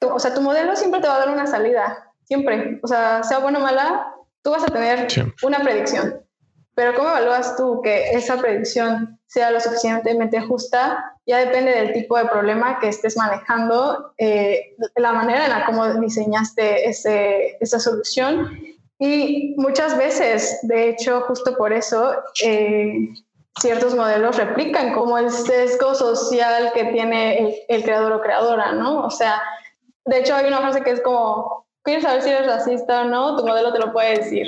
o sea, tu modelo siempre te va a dar una salida, siempre. O sea, sea buena o mala, tú vas a tener una predicción. Pero ¿cómo evalúas tú que esa predicción sea lo suficientemente justa? Ya depende del tipo de problema que estés manejando, la manera en la cómo diseñaste esa solución. Y muchas veces, de hecho, justo por eso, ciertos modelos replican como el sesgo social que tiene el creador o creadora, ¿no? O sea, de hecho hay una frase que es como, ¿quieres saber si eres racista o no? Tu modelo te lo puede decir.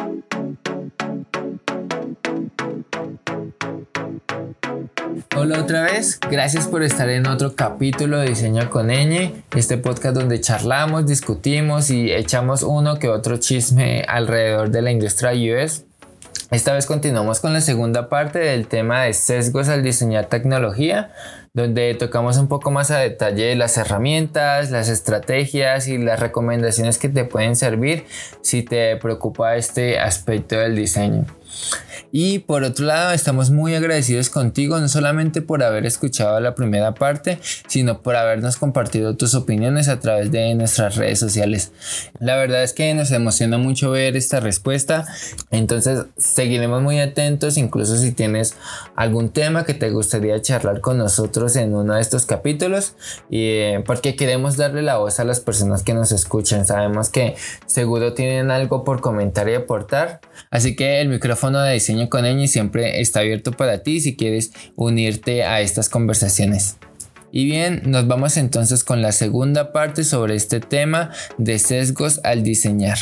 Hola otra vez, gracias por estar en otro capítulo de Diseño con Ñ, este podcast donde charlamos, discutimos y echamos uno que otro chisme alrededor de la industria UX. Esta vez continuamos con la segunda parte del tema de sesgos al diseñar tecnología, donde tocamos un poco más a detalle las herramientas, las estrategias y las recomendaciones que te pueden servir si te preocupa este aspecto del diseño. Y por otro lado, estamos muy agradecidos contigo, no solamente por haber escuchado la primera parte, sino por habernos compartido tus opiniones a través de nuestras redes sociales. La verdad es que nos emociona mucho ver esta respuesta, entonces seguiremos muy atentos, incluso si tienes algún tema que te gustaría charlar con nosotros en uno de estos capítulos, porque queremos darle la voz a las personas que nos escuchan. Sabemos que seguro tienen algo por comentar y aportar, así que el micrófono de Diseño con Ñ siempre está abierto para ti si quieres unirte a estas conversaciones. Y bien, nos vamos entonces con la segunda parte sobre este tema de sesgos al diseñar.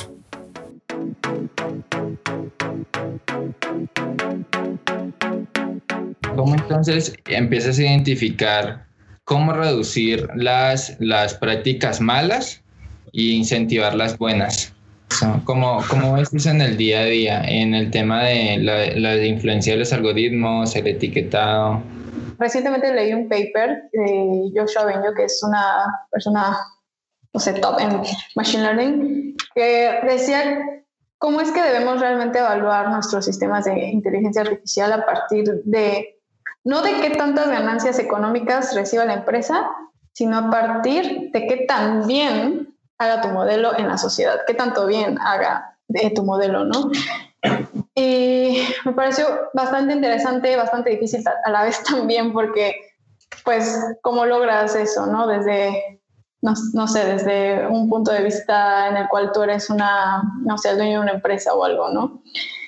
¿Cómo entonces empiezas a identificar cómo reducir las prácticas malas e incentivar las buenas? ¿Cómo ves eso en el día a día, en el tema de la influencia de los algoritmos, el etiquetado? Recientemente leí un paper de Joshua Bengio, que es una persona, no sé, top en Machine Learning, que decía cómo es que debemos realmente evaluar nuestros sistemas de inteligencia artificial a partir de, no de qué tantas ganancias económicas reciba la empresa, sino a partir de qué tan bien haga tu modelo en la sociedad, qué tanto bien haga tu modelo, ¿no? Y me pareció bastante interesante, bastante difícil a la vez también, porque, pues, ¿cómo logras eso, no? Desde, no sé, desde un punto de vista en el cual tú eres el dueño de una empresa o algo, ¿no?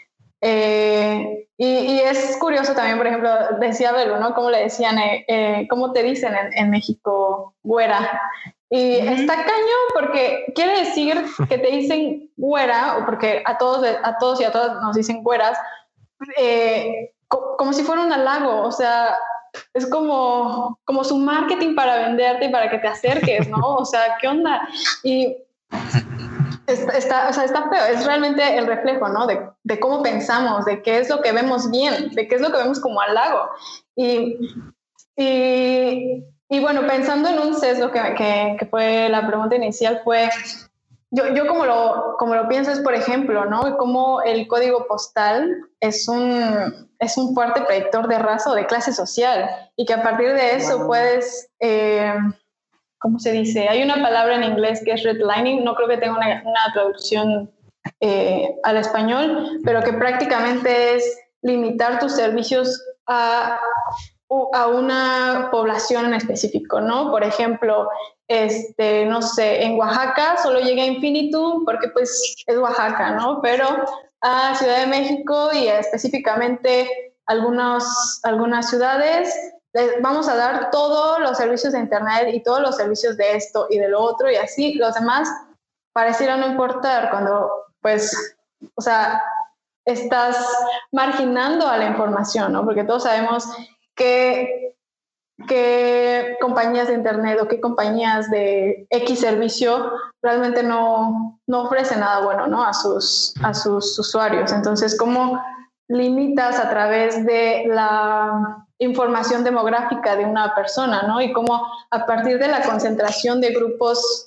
Y es curioso también, por ejemplo, decía Belu, ¿no? ¿Cómo le decían, cómo te dicen en México, güera? Y está cañón porque quiere decir que te dicen güera, o porque a todos y a todas nos dicen güeras, como si fuera un halago. O sea, es como su marketing para venderte y para que te acerques, ¿no? O sea, ¿qué onda? Y está feo, es realmente el reflejo, ¿no? De cómo pensamos, de qué es lo que vemos bien, de qué es lo que vemos como halago. Y bueno, pensando en un sesgo que fue la pregunta inicial, fue, yo como lo pienso es, por ejemplo, ¿no? Cómo el código postal es un fuerte predictor de raza o de clase social, y que a partir de eso puedes, ¿cómo se dice? Hay una palabra en inglés que es redlining, no creo que tenga una traducción al español, pero que prácticamente es limitar tus servicios a una población en específico, ¿no? Por ejemplo, no sé, en Oaxaca solo llega a Infinitum porque pues es Oaxaca, ¿no? Pero a Ciudad de México y específicamente algunas ciudades vamos a dar todos los servicios de internet y todos los servicios de esto y de lo otro, y así los demás pareciera no importar, cuando pues, o sea, estás marginando a la información, ¿no? Porque todos sabemos qué compañías de internet o qué compañías de X servicio realmente no ofrecen nada bueno, ¿no? a sus usuarios. Entonces, ¿cómo limitas a través de la información demográfica de una persona, ¿no? Y cómo a partir de la concentración de grupos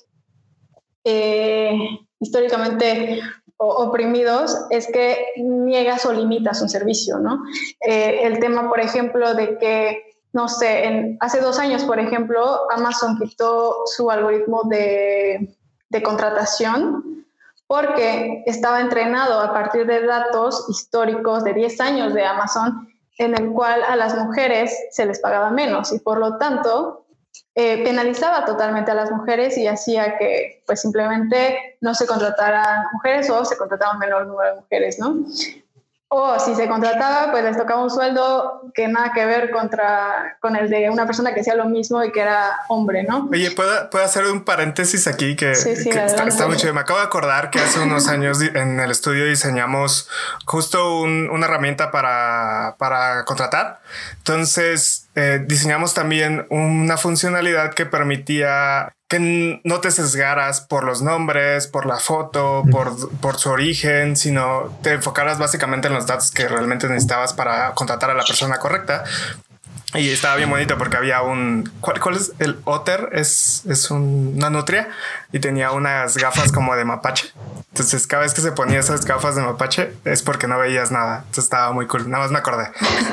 históricamente oprimidos es que niegas o limitas un servicio, ¿no? El tema, por ejemplo, de que no sé, hace 2 años, por ejemplo, Amazon quitó su algoritmo de contratación porque estaba entrenado a partir de datos históricos de 10 años de Amazon, en el cual a las mujeres se les pagaba menos y por lo tanto penalizaba totalmente a las mujeres y hacía que pues simplemente no se contrataran mujeres o se contrataba un menor número de mujeres, ¿no? O si se contrataba, pues les tocaba un sueldo que nada que ver con el de una persona que hacía lo mismo y que era hombre, ¿no? Oye, ¿puedo hacer un paréntesis aquí? Que está muy chido. Me acabo de acordar que hace unos años en el estudio diseñamos justo una herramienta para contratar. Entonces, diseñamos también una funcionalidad que permitía que no te sesgaras por los nombres, por la foto, por su origen, sino te enfocaras básicamente en los datos que realmente necesitabas para contratar a la persona correcta. Y estaba bien bonito porque había ¿cuál es? El Otter es una nutria y tenía unas gafas como de mapache. Entonces cada vez que se ponía esas gafas de mapache es porque no veías nada. Entonces estaba muy cool. Nada más me acordé.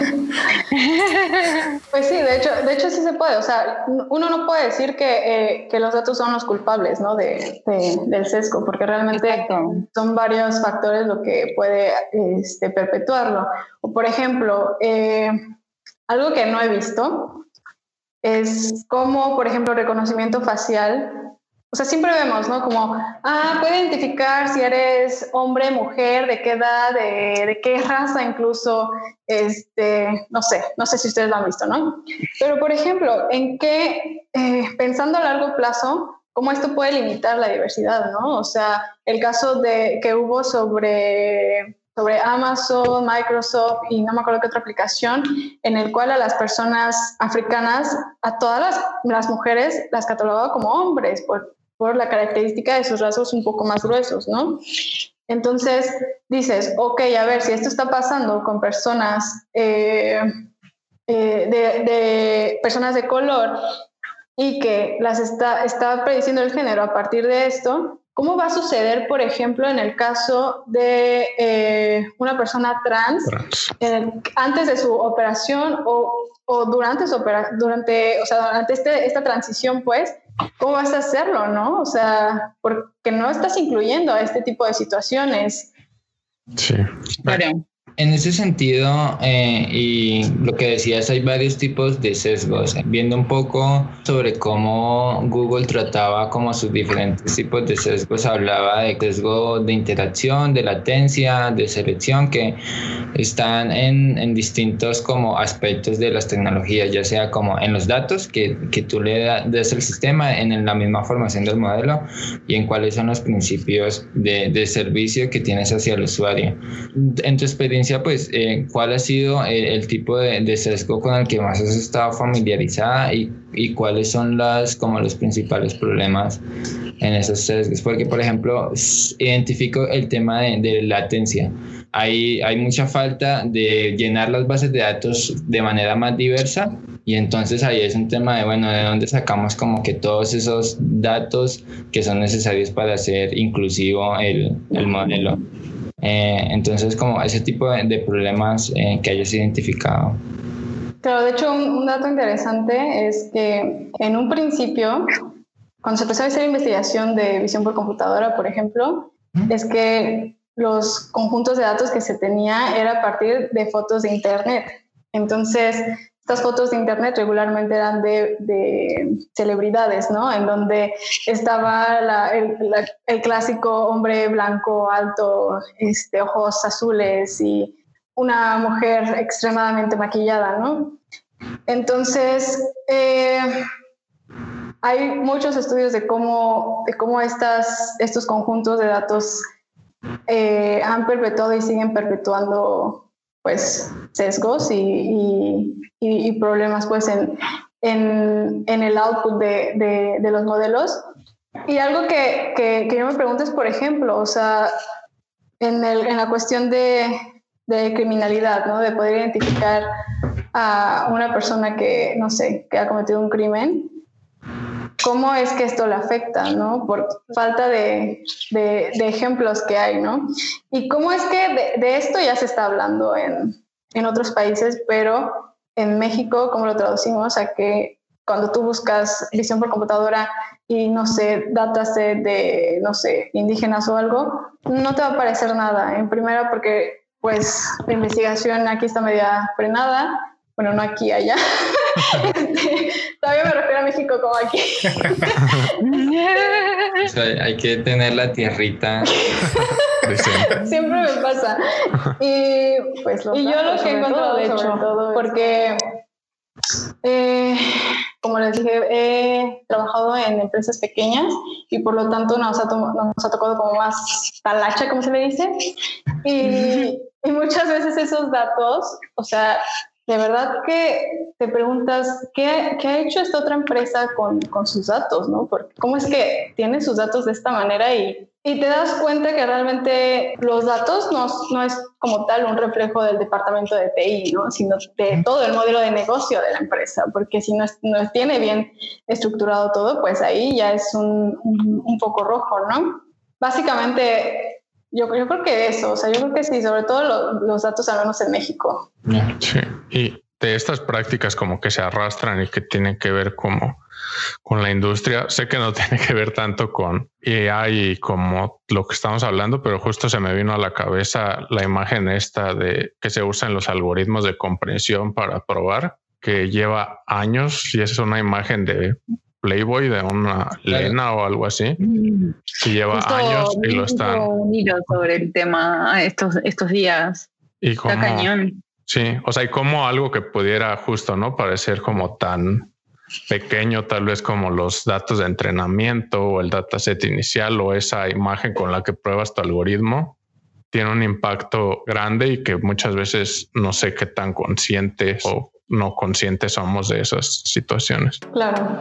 Pues sí, de hecho sí se puede. O sea, uno no puede decir que los datos son los culpables, ¿no? Del sesgo, porque realmente son varios factores lo que puede perpetuarlo. O por ejemplo, algo que no he visto es como, por ejemplo, reconocimiento facial. O sea, siempre vemos, ¿no? Como, puede identificar si eres hombre, mujer, de qué edad, de qué raza incluso, no sé si ustedes lo han visto, ¿no? Pero, por ejemplo, pensando a largo plazo, ¿cómo esto puede limitar la diversidad, ¿no? O sea, el caso que hubo sobre Amazon, Microsoft y no me acuerdo qué otra aplicación, en el cual a las personas africanas, a todas las mujeres las catalogaba como hombres por la característica de sus rasgos un poco más gruesos, ¿no? Entonces dices, ok, a ver, si esto está pasando con personas personas de color y que las está prediciendo el género a partir de esto, ¿cómo va a suceder, por ejemplo, en el caso de una persona trans antes de su operación o durante esta transición, pues? ¿Cómo vas a hacerlo, no? O sea, porque no estás incluyendo a este tipo de situaciones. Sí. Claro. En ese sentido, y lo que decías, hay varios tipos de sesgos. Viendo un poco sobre cómo Google trataba como sus diferentes tipos de sesgos, hablaba de sesgo de interacción, de latencia, de selección, que están en distintos como aspectos de las tecnologías, ya sea como en los datos que tú le das al sistema, en la misma formación del modelo y en cuáles son los principios de servicio que tienes hacia el usuario. En tu experiencia, pues, ¿cuál ha sido el tipo de sesgo con el que más has estado familiarizada y cuáles son los principales problemas en esos sesgos? Porque, por ejemplo, identifico el tema de latencia. Hay mucha falta de llenar las bases de datos de manera más diversa y entonces ahí es un tema de dónde sacamos como que todos esos datos que son necesarios para hacer inclusivo el modelo. Entonces, como ese tipo de problemas que hayas identificado. Claro, de hecho, un dato interesante es que en un principio, cuando se empezó a hacer investigación de visión por computadora, por ejemplo, es que los conjuntos de datos que se tenía era a partir de fotos de internet. Entonces, estas fotos de internet regularmente eran de celebridades, ¿no? En donde estaba el clásico hombre blanco, alto, ojos azules y una mujer extremadamente maquillada, ¿no? Entonces, hay muchos estudios de cómo estos conjuntos de datos han perpetuado y siguen perpetuando pues sesgos y problemas pues en el output de los modelos. Y algo que yo me pregunto es, por ejemplo, o sea, en la cuestión de criminalidad, ¿no? De poder identificar a una persona que, no sé, que ha cometido un crimen, ¿cómo es que esto le afecta, ¿no? Por falta de ejemplos que hay, ¿no? Y cómo es que de esto ya se está hablando en otros países, pero en México, ¿cómo lo traducimos? A que cuando tú buscas visión por computadora y, no sé, dataset de, no sé, indígenas o algo, no te va a aparecer nada. En primera, porque pues la investigación aquí está media frenada. Bueno, no aquí, allá. Todavía me refiero a México como aquí. O sea, hay que tener la tierrita presente. Siempre me pasa. Y pues yo lo que he encontrado, de hecho, porque como les dije, he trabajado en empresas pequeñas y por lo tanto nos ha tocado como más talacha, como se le dice. Y muchas veces esos datos, o sea, de verdad que te preguntas ¿qué ha hecho esta otra empresa con sus datos, ¿no? Porque ¿cómo es que tiene sus datos de esta manera? Y te das cuenta que realmente los datos no es como tal un reflejo del departamento de TI, ¿no? Sino de todo el modelo de negocio de la empresa, porque si no tiene bien estructurado todo, pues ahí ya es un foco rojo, ¿no? Básicamente yo creo que eso, o sea, yo creo que sí, sobre todo los datos, al menos en México. Sí, y de estas prácticas como que se arrastran y que tienen que ver como con la industria, sé que no tiene que ver tanto con AI como lo que estamos hablando, pero justo se me vino a la cabeza la imagen esta de que se usa en los algoritmos de comprensión para probar, que lleva años y es una imagen de Playboy, de una Lena o algo así, que lleva justo años y lo están... un hilo sobre el tema estos días. Y como, está cañón. Sí, o sea, y como algo que pudiera justo, ¿no? Parecer como tan pequeño, tal vez como los datos de entrenamiento o el dataset inicial o esa imagen con la que pruebas tu algoritmo, tiene un impacto grande y que muchas veces no sé qué tan conscientes o no conscientes somos de esas situaciones. Claro.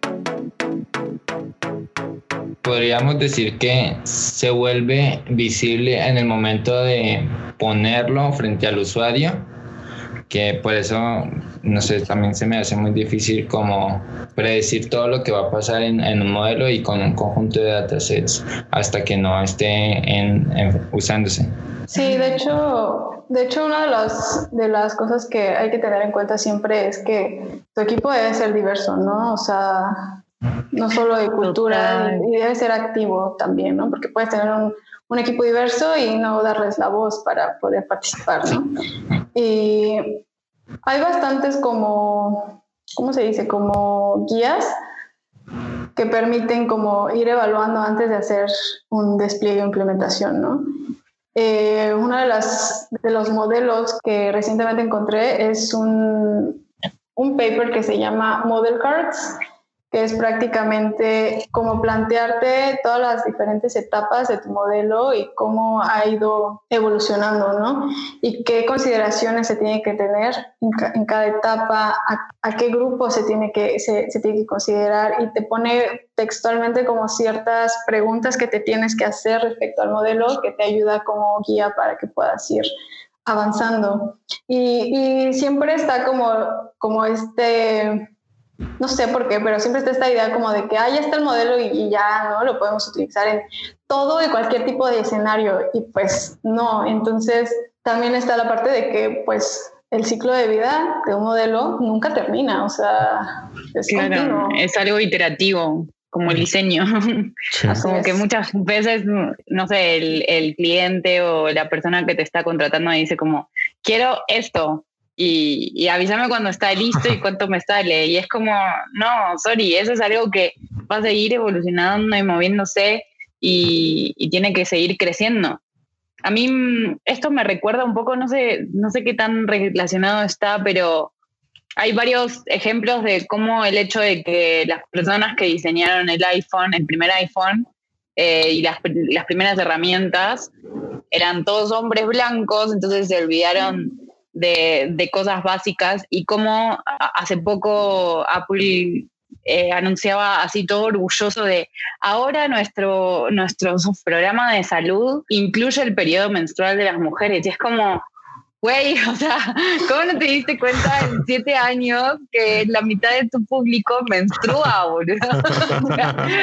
Podríamos decir que se vuelve visible en el momento de ponerlo frente al usuario, que por eso, no sé, también se me hace muy difícil como predecir todo lo que va a pasar en un modelo y con un conjunto de datasets hasta que no esté usándose. Sí, de hecho una de las cosas que hay que tener en cuenta siempre es que tu equipo debe ser diverso, ¿no? O sea, no solo de cultura, y debe ser activo también, ¿no? Porque puedes tener un equipo diverso y no darles la voz para poder participar, ¿no? Y hay bastantes como, ¿cómo se dice? Como guías que permiten como ir evaluando antes de hacer un despliegue o implementación, ¿no? Uno de los modelos que recientemente encontré es un paper que se llama Model Cards, que es prácticamente como plantearte todas las diferentes etapas de tu modelo y cómo ha ido evolucionando, ¿no? Y qué consideraciones se tiene que tener en cada etapa, a qué grupo se tiene que considerar, y te pone textualmente como ciertas preguntas que te tienes que hacer respecto al modelo, que te ayuda como guía para que puedas ir avanzando. Y siempre está como no sé por qué, pero siempre está esta idea como de que ya está el modelo y ya, ¿no? Lo podemos utilizar en todo y cualquier tipo de escenario, y pues no. Entonces también está la parte de que pues el ciclo de vida de un modelo nunca termina, o sea, es continuo. Es algo iterativo, como el diseño. Sí. Como que muchas veces, no sé, el cliente o la persona que te está contratando dice como, quiero esto, y avísame cuando está listo y cuánto me sale, y es como, no, sorry, eso es algo que va a seguir evolucionando y moviéndose y tiene que seguir creciendo. A mí esto me recuerda un poco, no sé qué tan relacionado está, pero hay varios ejemplos de cómo el hecho de que las personas que diseñaron el primer iPhone y las primeras herramientas eran todos hombres blancos, entonces se olvidaron de cosas básicas, y cómo hace poco Apple anunciaba así todo orgulloso de ahora nuestro programa de salud incluye el periodo menstrual de las mujeres, y es como, güey, o sea, ¿cómo no te diste cuenta en 7 años que la mitad de tu público menstrua, boludo?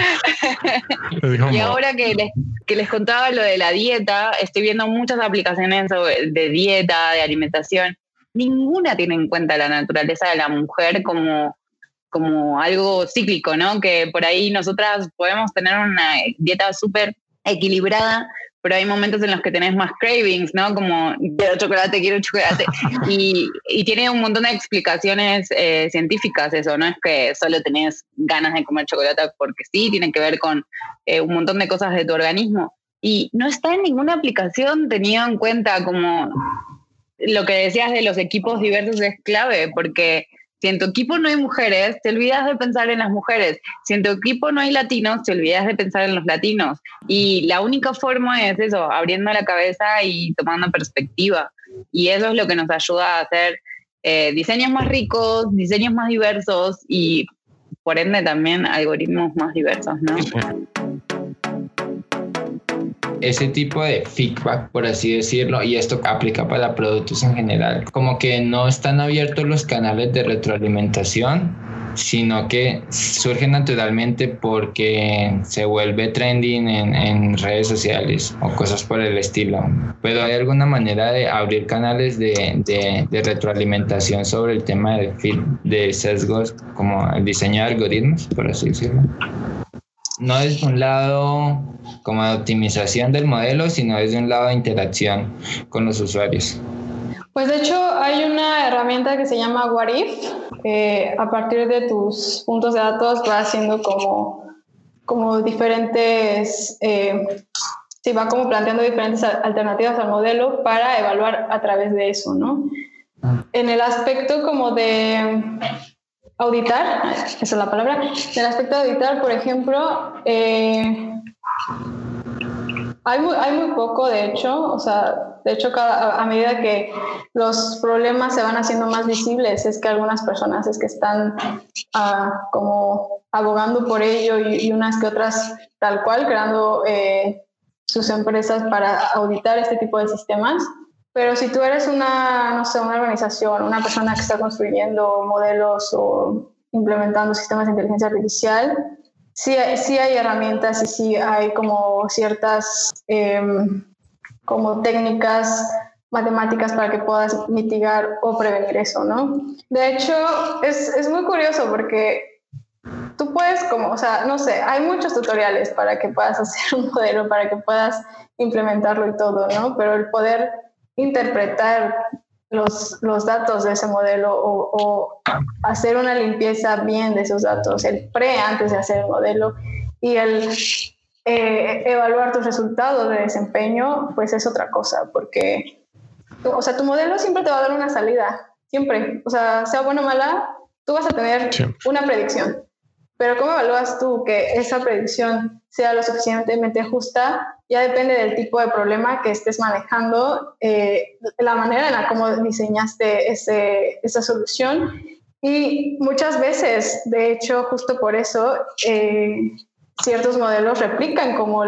Y ahora que les contaba lo de la dieta, estoy viendo muchas aplicaciones de dieta, de alimentación, ninguna tiene en cuenta la naturaleza de la mujer como algo cíclico, ¿no? Que por ahí nosotras podemos tener una dieta súper equilibrada, pero hay momentos en los que tenés más cravings, ¿no? Como quiero chocolate. y tiene un montón de explicaciones científicas eso, no es que solo tenés ganas de comer chocolate porque sí, tiene que ver con un montón de cosas de tu organismo. Y no está en ninguna aplicación tenido en cuenta, como lo que decías de los equipos diversos es clave, porque si en tu equipo no hay mujeres, te olvidas de pensar en las mujeres. Si en tu equipo no hay latinos, te olvidas de pensar en los latinos. Y la única forma es eso, abriendo la cabeza y tomando perspectiva. Y eso es lo que nos ayuda a hacer diseños más ricos, diseños más diversos y, por ende, también algoritmos más diversos, ¿no? Ese tipo de feedback, por así decirlo, y esto aplica para productos en general, como que no están abiertos los canales de retroalimentación, sino que surge naturalmente porque se vuelve trending en redes sociales o cosas por el estilo. Pero hay alguna manera de abrir canales de retroalimentación sobre el tema de sesgos, como el diseño de algoritmos, por así decirlo. No desde un lado como de optimización del modelo, sino desde un lado de interacción con los usuarios. Pues de hecho hay una herramienta que se llama What If, que a partir de tus puntos de datos va haciendo como diferentes, va como planteando diferentes alternativas al modelo para evaluar a través de eso, ¿no? En el aspecto como de auditar, esa es la palabra, en el aspecto de auditar, por ejemplo, hay muy poco, de hecho, a medida que los problemas se van haciendo más visibles, es que algunas personas es que están como abogando por ello y unas que otras tal cual, creando sus empresas para auditar este tipo de sistemas. Pero si tú eres una organización, una persona que está construyendo modelos o implementando sistemas de inteligencia artificial, sí hay herramientas y sí hay como ciertas como técnicas matemáticas para que puedas mitigar o prevenir eso, ¿no? De hecho, es muy curioso porque tú puedes hay muchos tutoriales para que puedas hacer un modelo, para que puedas implementarlo y todo, ¿no? Pero el poder interpretar los datos de ese modelo o hacer una limpieza bien de esos datos, el antes de hacer el modelo y el evaluar tus resultados de desempeño, pues es otra cosa, porque tu modelo siempre te va a dar una salida, siempre, sea buena o mala, tú vas a tener una predicción, pero ¿cómo evalúas tú que esa predicción sea lo suficientemente justa? Ya depende del tipo de problema que estés manejando, la manera en la cómo diseñaste esa solución. Y muchas veces, de hecho, justo por eso, ciertos modelos replican como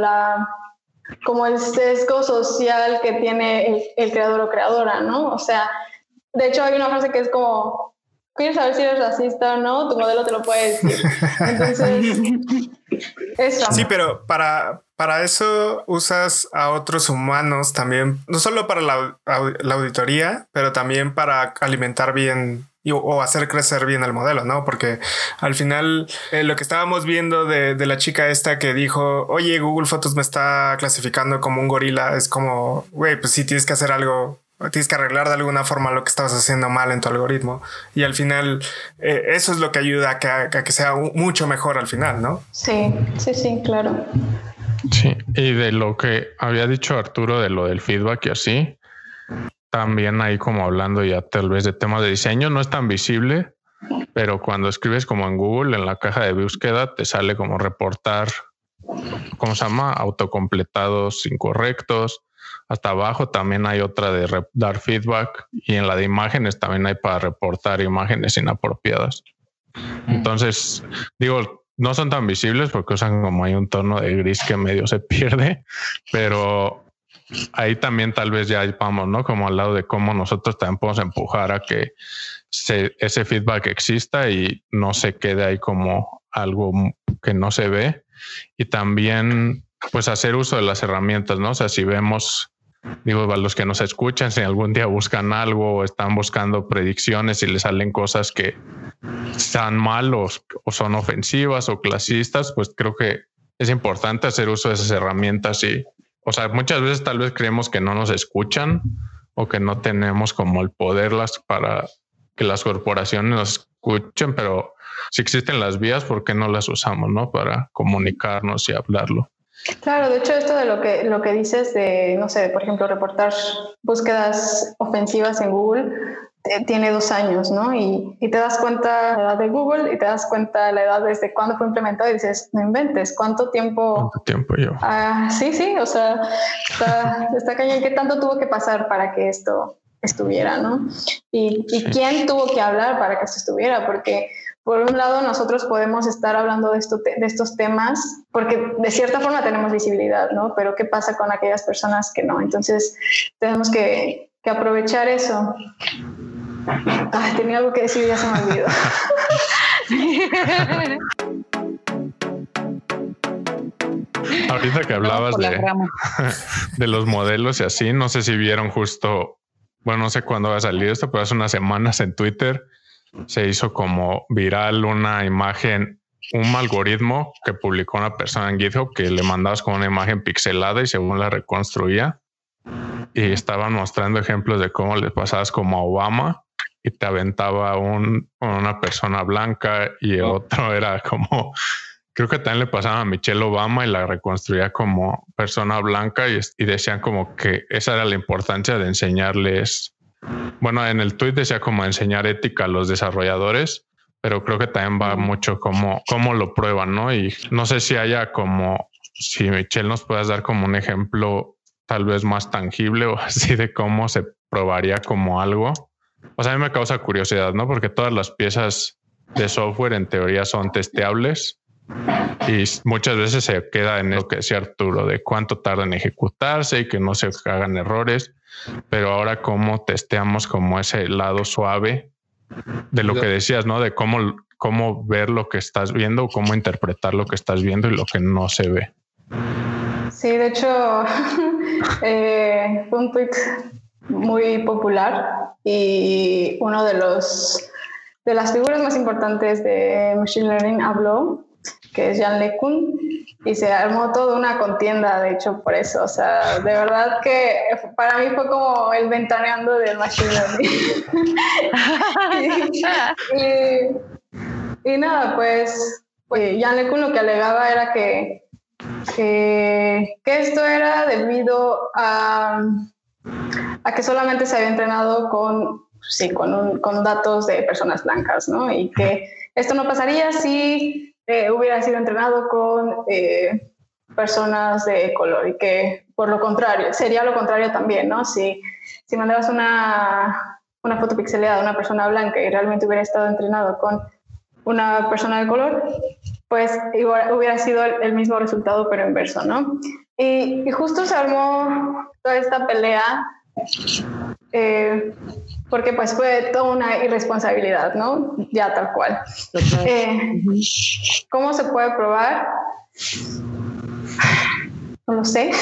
el sesgo social que tiene el creador o creadora, ¿no? De hecho, hay una frase que es como, ¿quieres saber si eres racista o no? Tu modelo te lo puede decir. Entonces, eso. Sí, pero para eso usas a otros humanos también, no solo para la auditoría, pero también para alimentar bien o hacer crecer bien el modelo, ¿no? Porque al final lo que estábamos viendo de la chica esta que dijo, oye, Google Fotos me está clasificando como un gorila, es como, güey, pues sí tienes que hacer algo. Tienes que arreglar de alguna forma lo que estabas haciendo mal en tu algoritmo. Y al final, eso es lo que ayuda a que sea mucho mejor al final, ¿no? Sí, claro. Sí, y de lo que había dicho Arturo de lo del feedback y así, también ahí como hablando ya tal vez de temas de diseño, no es tan visible, pero cuando escribes como en Google, en la caja de búsqueda, te sale como reportar, ¿cómo se llama? Autocompletados incorrectos. Hasta abajo también hay otra de dar feedback y en la de imágenes también hay para reportar imágenes inapropiadas. Entonces, digo, no son tan visibles porque usan como hay un tono de gris que medio se pierde, pero ahí también tal vez ya vamos, ¿no? Como al lado de cómo nosotros también podemos empujar a que ese feedback exista y no se quede ahí como algo que no se ve. Y también pues hacer uso de las herramientas, ¿no? O sea, si vemos digo, a los que nos escuchan, si algún día buscan algo o están buscando predicciones y les salen cosas que están mal o son ofensivas o clasistas, pues creo que es importante hacer uso de esas herramientas. Y, o sea, muchas veces tal vez creemos que no nos escuchan o que no tenemos como el poder para que las corporaciones nos escuchen, pero si existen las vías, ¿por qué no las usamos, no? Para comunicarnos y hablarlo. Claro, de hecho esto de lo que dices de, no sé, por ejemplo, reportar búsquedas ofensivas en Google tiene 2 años, ¿no? Y te das cuenta de la edad de Google y te das cuenta de la edad desde cuándo fue implementado y dices, no inventes, ¿cuánto tiempo yo? Sí, o sea, está cañón. ¿Qué tanto tuvo que pasar para que esto estuviera, ¿no? Y quién tuvo que hablar para que esto estuviera, porque por un lado nosotros podemos estar hablando de estos temas porque de cierta forma tenemos visibilidad, ¿no? Pero ¿qué pasa con aquellas personas que no? Entonces tenemos que aprovechar eso. Tenía algo que decir y ya se me olvidó. Ahorita que hablabas de los modelos y así, no sé si vieron justo, bueno, no sé cuándo va a salir esto, pero hace unas semanas en Twitter se hizo como viral una imagen, un algoritmo que publicó una persona en GitHub que le mandabas como una imagen pixelada y según la reconstruía, y estaban mostrando ejemplos de cómo le pasabas como a Obama y te aventaba una persona blanca y otro era como, creo que también le pasaba a Michelle Obama y la reconstruía como persona blanca y decían como que esa era la importancia de enseñarles. Bueno, en el tweet decía como enseñar ética a los desarrolladores, pero creo que también va mucho cómo lo prueban, ¿no? Y no sé si haya como, si Michelle nos puedas dar como un ejemplo tal vez más tangible o así de cómo se probaría como algo. O sea, a mí me causa curiosidad, ¿no? Porque todas las piezas de software en teoría son testeables y muchas veces se queda en lo que decía Arturo, de cuánto tarda en ejecutarse y que no se hagan errores. Pero ahora cómo testeamos como ese lado suave de lo que decías, ¿no? De cómo ver lo que estás viendo, cómo interpretar lo que estás viendo y lo que no se ve. Sí, de hecho fue un tweet muy popular y uno de las figuras más importantes de Machine Learning habló, que es Yann LeCun, y se armó toda una contienda, de hecho, por eso. O sea, de verdad que para mí fue como el ventaneando del Machine Learning. y nada, pues Yann LeCun lo que alegaba era que esto era debido a que solamente se había entrenado con datos de personas blancas, ¿no? Y que esto no pasaría si hubiera sido entrenado con personas de color y que por lo contrario, sería lo contrario también, ¿no? Si mandabas una foto pixeleada de una persona blanca y realmente hubiera estado entrenado con una persona de color, pues hubiera sido el mismo resultado pero inverso, ¿no? Y justo se armó toda esta pelea porque pues fue toda una irresponsabilidad, ¿no? Ya tal cual. ¿Cómo se puede probar? No lo sé.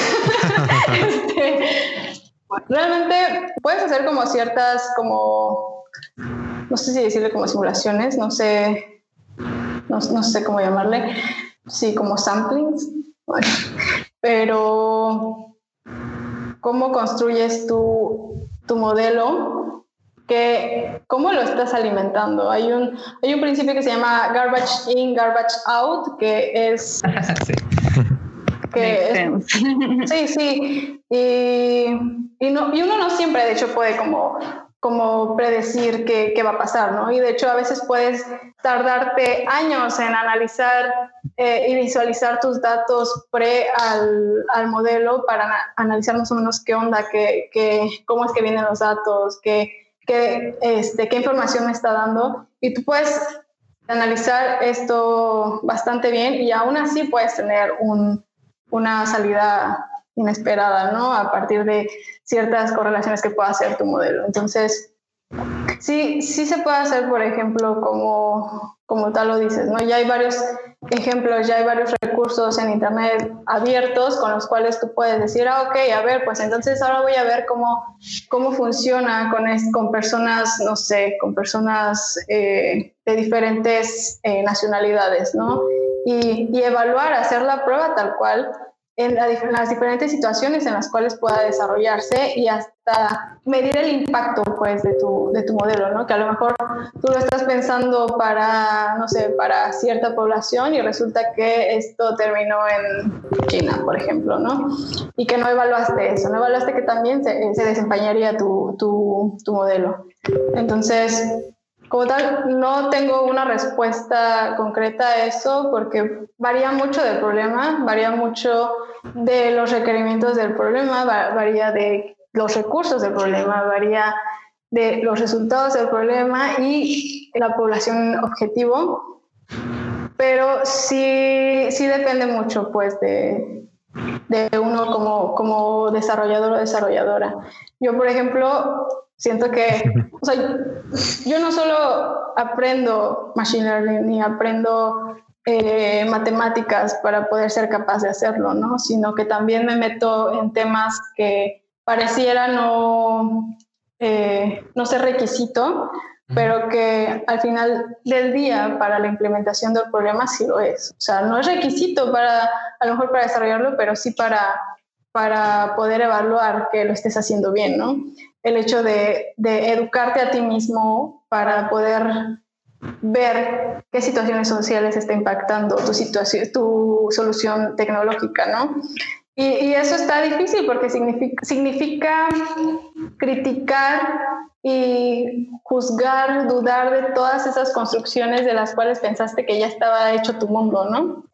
Realmente puedes hacer como ciertas, como, no sé si decirle como simulaciones, no sé cómo llamarle, sí, como samplings, bueno, pero ¿cómo construyes tu modelo? ¿Cómo lo estás alimentando? Hay un principio que se llama garbage in, garbage out, que es... Sí. Y uno no siempre, de hecho, puede como predecir qué va a pasar, ¿no? Y de hecho, a veces puedes tardarte años en analizar y visualizar tus datos al modelo para analizar más o menos qué onda, cómo es que vienen los datos, qué información me está dando. Y tú puedes analizar esto bastante bien y aún así puedes tener una salida inesperada, ¿no? A partir de ciertas correlaciones que pueda hacer tu modelo. Entonces, sí se puede hacer, por ejemplo, como tal lo dices, ¿no? Ya hay varios ejemplos, ya hay varios recursos en internet abiertos con los cuales tú puedes decir, ok, a ver, pues entonces ahora voy a ver cómo funciona con personas, no sé, con personas de diferentes nacionalidades, ¿no? Y evaluar, hacer la prueba tal cual en las diferentes situaciones en las cuales pueda desarrollarse y hasta medir el impacto, pues, de tu modelo, ¿no? Que a lo mejor tú lo estás pensando para, no sé, para cierta población y resulta que esto terminó en China, por ejemplo, ¿no? Y que no evaluaste eso, no evaluaste que también se desempeñaría tu modelo. Entonces, como tal, no tengo una respuesta concreta a eso porque varía mucho del problema, varía mucho de los requerimientos del problema, varía de los recursos del problema, varía de los resultados del problema y la población objetivo, pero sí depende mucho, pues, de uno como desarrollador o desarrolladora. Yo, por ejemplo, siento que, o sea, yo no solo aprendo Machine Learning ni aprendo matemáticas para poder ser capaz de hacerlo, ¿no? Sino que también me meto en temas que pareciera no ser requisito, pero que al final del día para la implementación del problema sí lo es. O sea, no es requisito a lo mejor para desarrollarlo, pero sí para poder evaluar que lo estés haciendo bien, ¿no? El hecho de educarte a ti mismo para poder ver qué situaciones sociales está impactando tu solución tecnológica, ¿no? Y eso está difícil porque significa criticar y juzgar, dudar de todas esas construcciones de las cuales pensaste que ya estaba hecho tu mundo, ¿no?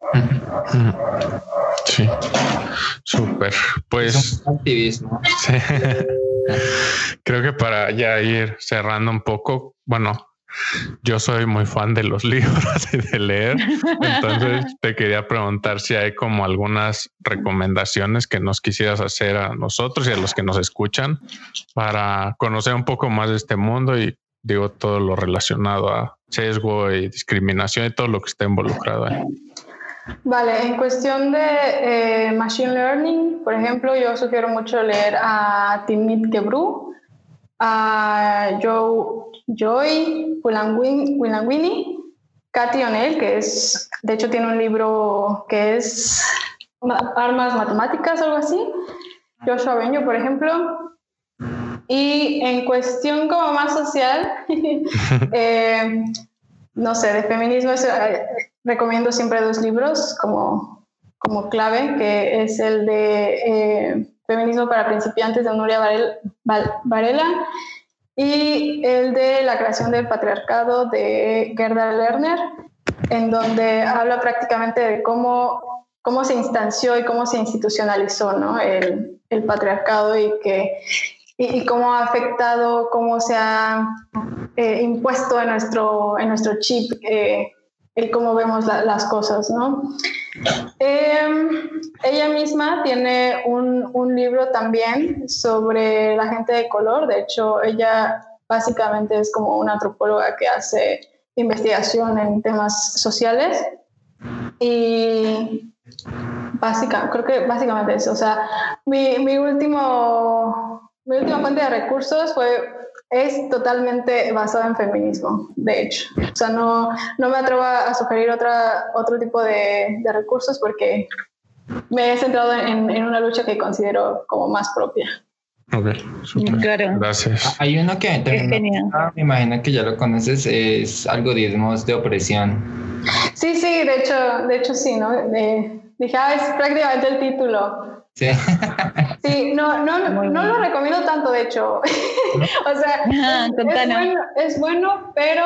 Sí, súper. Pues es un activismo. Sí. Creo que para ya ir cerrando un poco, bueno, yo soy muy fan de los libros y de leer, entonces te quería preguntar si hay como algunas recomendaciones que nos quisieras hacer a nosotros y a los que nos escuchan para conocer un poco más de este mundo y digo todo lo relacionado a sesgo y discriminación y todo lo que está involucrado ahí. Vale, en cuestión de Machine Learning, por ejemplo, yo sugiero mucho leer a Timnit Gebru, a Joy Buolamwini, Cathy O'Neil, que de hecho tiene un libro que es Armas Matemáticas o algo así, Joshua Benyo, por ejemplo. Y en cuestión como más social, no sé, de feminismo recomiendo siempre 2 libros como clave, que es el de Feminismo para principiantes de Nuria Varela y el de La creación del patriarcado de Gerda Lerner, en donde habla prácticamente de cómo se instanció y cómo se institucionalizó, ¿no? el patriarcado y cómo ha afectado, cómo se ha impuesto en nuestro chip el cómo vemos las cosas, ¿no? Ella misma tiene un libro también sobre la gente de color. De hecho, ella básicamente es como una antropóloga que hace investigación en temas sociales y creo que básicamente eso. O sea, mi última fuente de recursos es totalmente basada en feminismo, de hecho. O sea, no me atrevo a sugerir otro tipo de recursos porque me he centrado en una lucha que considero como más propia. Ok, súper. Claro. Gracias. Hay uno que también me imagino que ya lo conoces, es Algoritmos de Opresión. Sí, de hecho sí, ¿no? Dije, es prácticamente el título. Sí. Sí, no lo recomiendo tanto, de hecho. O sea, es bueno, pero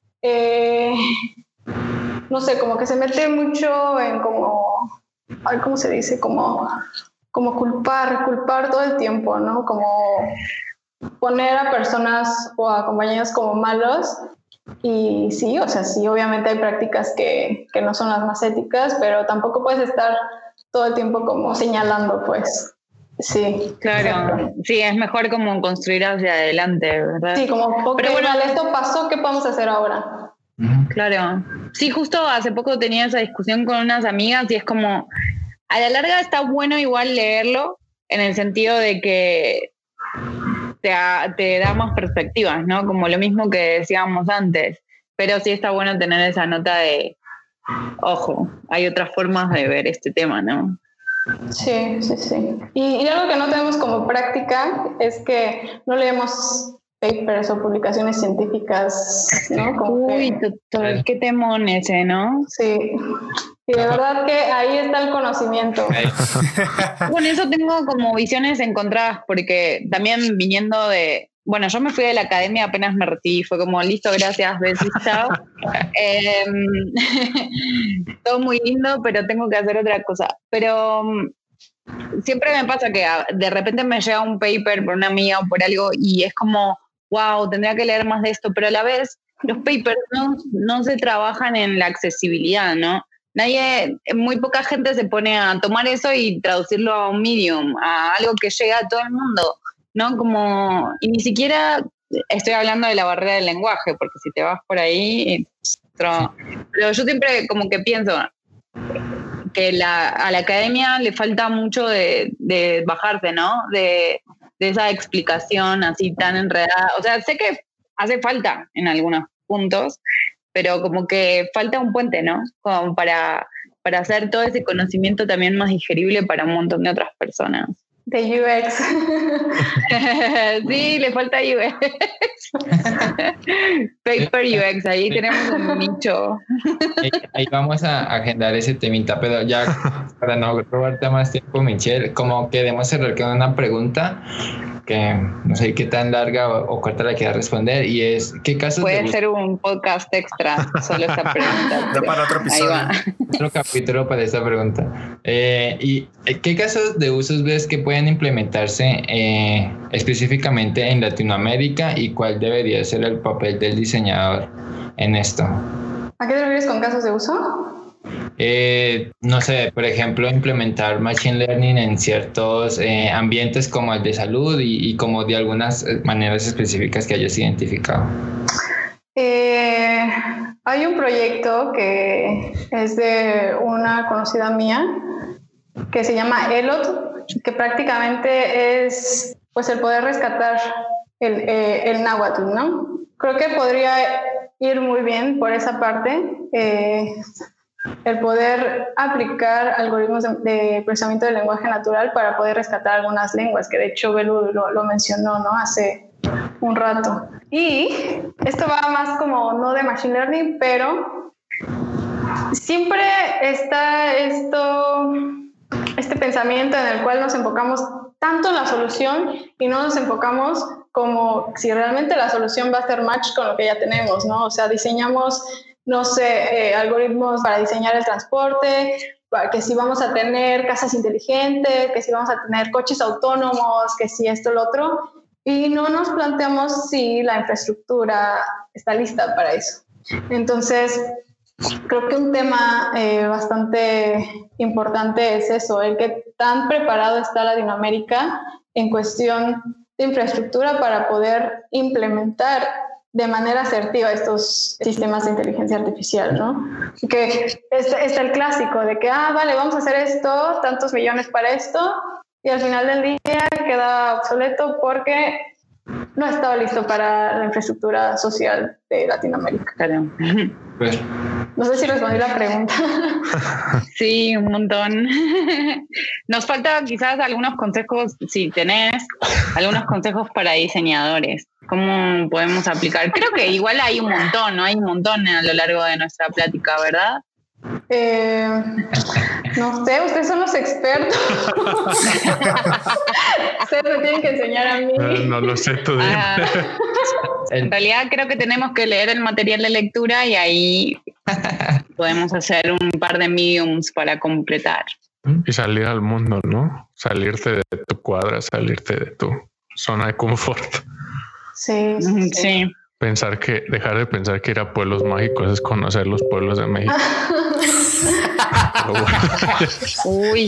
no sé, como que se mete mucho en ¿cómo se dice? Como culpar todo el tiempo, ¿no? Como poner a personas o a compañeros como malos. Y sí, o sea, sí, obviamente hay prácticas que no son las más éticas, pero tampoco puedes estar todo el tiempo como señalando, pues. Sí, claro. Exacto. Sí, es mejor como construir hacia adelante, ¿verdad? Sí, como, ok, pero bueno, vale, esto pasó, ¿qué podemos hacer ahora? Claro. Sí, justo hace poco tenía esa discusión con unas amigas y es como, a la larga está bueno igual leerlo, en el sentido de que te da más perspectivas, ¿no? Como lo mismo que decíamos antes. Pero sí está bueno tener esa nota de, ojo, hay otras formas de ver este tema, ¿no? Sí. Y algo que no tenemos como práctica es que no leemos papers o publicaciones científicas, ¿no? Como total, qué temón ese, ¿no? Sí. Y de verdad que ahí está el conocimiento. Con eso tengo como visiones encontradas, porque también viniendo de... Bueno, yo me fui de la academia, apenas me recibí, fue como, listo, gracias, besis, chao. Todo muy lindo, pero tengo que hacer otra cosa. Pero siempre me pasa que de repente me llega un paper por una amiga o por algo y es como, wow, tendría que leer más de esto, pero a la vez los papers no se trabajan en la accesibilidad, ¿no? Muy poca gente se pone a tomar eso y traducirlo a un medium, a algo que llega a todo el mundo, ¿no? Como, y ni siquiera estoy hablando de la barrera del lenguaje, porque si te vas por ahí, pero yo siempre como que pienso que a la academia le falta mucho de bajarse, ¿no? De esa explicación así tan enredada. O sea, sé que hace falta en algunos puntos, pero como que falta un puente, ¿no? Como para hacer todo ese conocimiento también más digerible para un montón de otras personas. De UX. Sí, le falta UX. Paper UX, ahí tenemos un nicho. Ahí vamos a agendar ese temita, pero ya para no robarte más tiempo, Michelle, como queremos cerrar con una pregunta que no sé qué tan larga o corta la quieras responder, y es, ¿qué casos puede ser un podcast extra, solo esta pregunta? Da para otro episodio. Otro capítulo para esta pregunta. ¿Y qué casos de usos ves que pueden implementarse específicamente en Latinoamérica, y cuál debería ser el papel del diseñador en esto? ¿A qué te refieres con casos de uso? No sé, por ejemplo, implementar Machine Learning en ciertos ambientes como el de salud y como de algunas maneras específicas que hayas identificado. Hay un proyecto que es de una conocida mía que se llama ELOT, que prácticamente es pues el poder rescatar el náhuatl, ¿no? Creo que podría ir muy bien por esa parte, el poder aplicar algoritmos de procesamiento del lenguaje natural para poder rescatar algunas lenguas, que de hecho Belu lo mencionó, ¿no? Hace un rato. Y esto va más como no de Machine Learning, pero siempre está este pensamiento en el cual nos enfocamos tanto en la solución y no nos enfocamos como si realmente la solución va a hacer match con lo que ya tenemos, ¿no? O sea, diseñamos, no sé, algoritmos para diseñar el transporte, que si vamos a tener casas inteligentes, que si vamos a tener coches autónomos, que si esto, lo otro, y no nos planteamos si la infraestructura está lista para eso. Entonces, creo que un tema bastante importante es eso, el que tan preparado está Latinoamérica en cuestión de infraestructura para poder implementar de manera asertiva estos sistemas de inteligencia artificial, ¿no? Que está el clásico de que, vale, vamos a hacer esto, tantos millones para esto, y al final del día queda obsoleto porque no estaba listo para la infraestructura social de Latinoamérica. Claro. Pues, no sé si respondí la pregunta. Sí, un montón. Nos falta quizás algunos consejos, si tenés, algunos consejos para diseñadores. ¿Cómo podemos aplicar? Creo que igual hay un montón, ¿no? Hay un montón a lo largo de nuestra plática, ¿verdad? No sé, ustedes son los expertos. Ustedes me tienen que enseñar a mí. No lo sé, tú dime. En realidad creo que tenemos que leer el material de lectura y ahí podemos hacer un par de mediums para completar. Y salir al mundo, ¿no? Salirte de tu cuadra, salirte de tu zona de confort. Sí. Dejar de pensar que ir a pueblos mágicos es conocer los pueblos de México. pero bueno. Uy.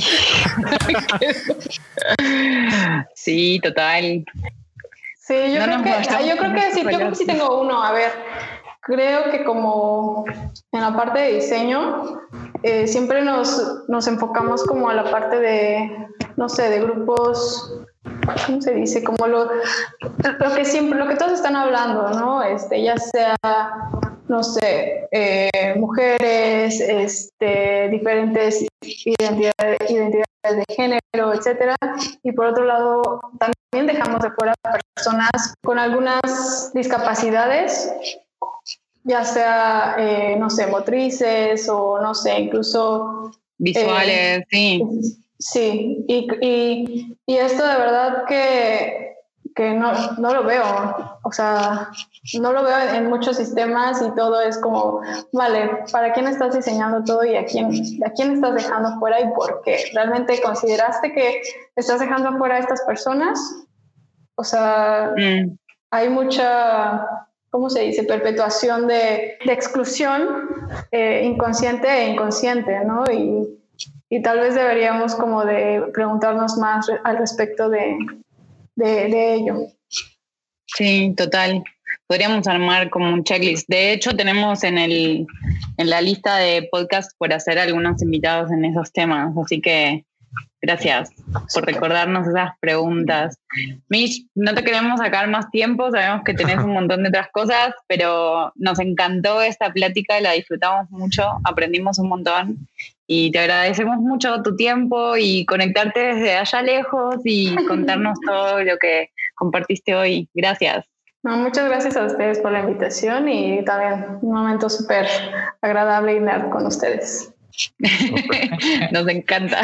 Sí, total. Sí, yo creo que sí tengo uno. A ver, creo que como en la parte de diseño, siempre nos enfocamos como a la parte de, no sé, de grupos, ¿cómo se dice? Como lo que todos están hablando, ¿no? Ya sea, no sé, mujeres, diferentes identidades de género, etcétera. Y por otro lado, también dejamos de fuera personas con algunas discapacidades, ya sea, no sé, motrices o, no sé, incluso visuales, sí. Sí, y esto de verdad que no lo veo, o sea, no lo veo en muchos sistemas y todo es como, vale, ¿para quién estás diseñando todo y a quién estás dejando fuera y por qué? ¿Realmente consideraste que estás dejando fuera a estas personas? O sea, hay mucha, ¿cómo se dice? Perpetuación de exclusión inconsciente e inconsciente, ¿no? Y tal vez deberíamos como de preguntarnos más al respecto de ello. Sí, total. Podríamos armar como un checklist. De hecho, tenemos en la lista de podcasts por hacer algunos invitados en esos temas. Así que gracias por recordarnos esas preguntas. Mish, no te queremos sacar más tiempo. Sabemos que tenés un montón de otras cosas, pero nos encantó esta plática, la disfrutamos mucho, aprendimos un montón. Y te agradecemos mucho tu tiempo y conectarte desde allá lejos y contarnos todo lo que compartiste hoy. Gracias. No, muchas gracias a ustedes por la invitación y también un momento súper agradable y nerd con ustedes. Nos encanta.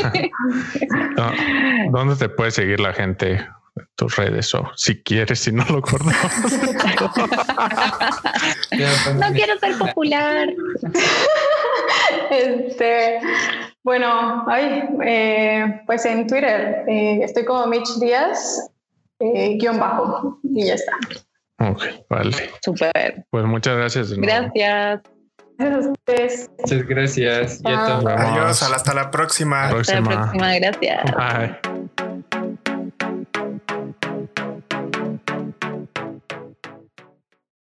¿Dónde te puede seguir la gente? Tus redes o si quieres, si no lo cortamos. No quiero ser popular. Bueno, pues en Twitter estoy como Mitch Díaz _ y ya está. Ok, vale. Súper. Pues muchas gracias. Gracias. Gracias a ustedes. Muchas gracias. Chao. Adiós, hasta la próxima. Hasta la próxima, gracias. Bye.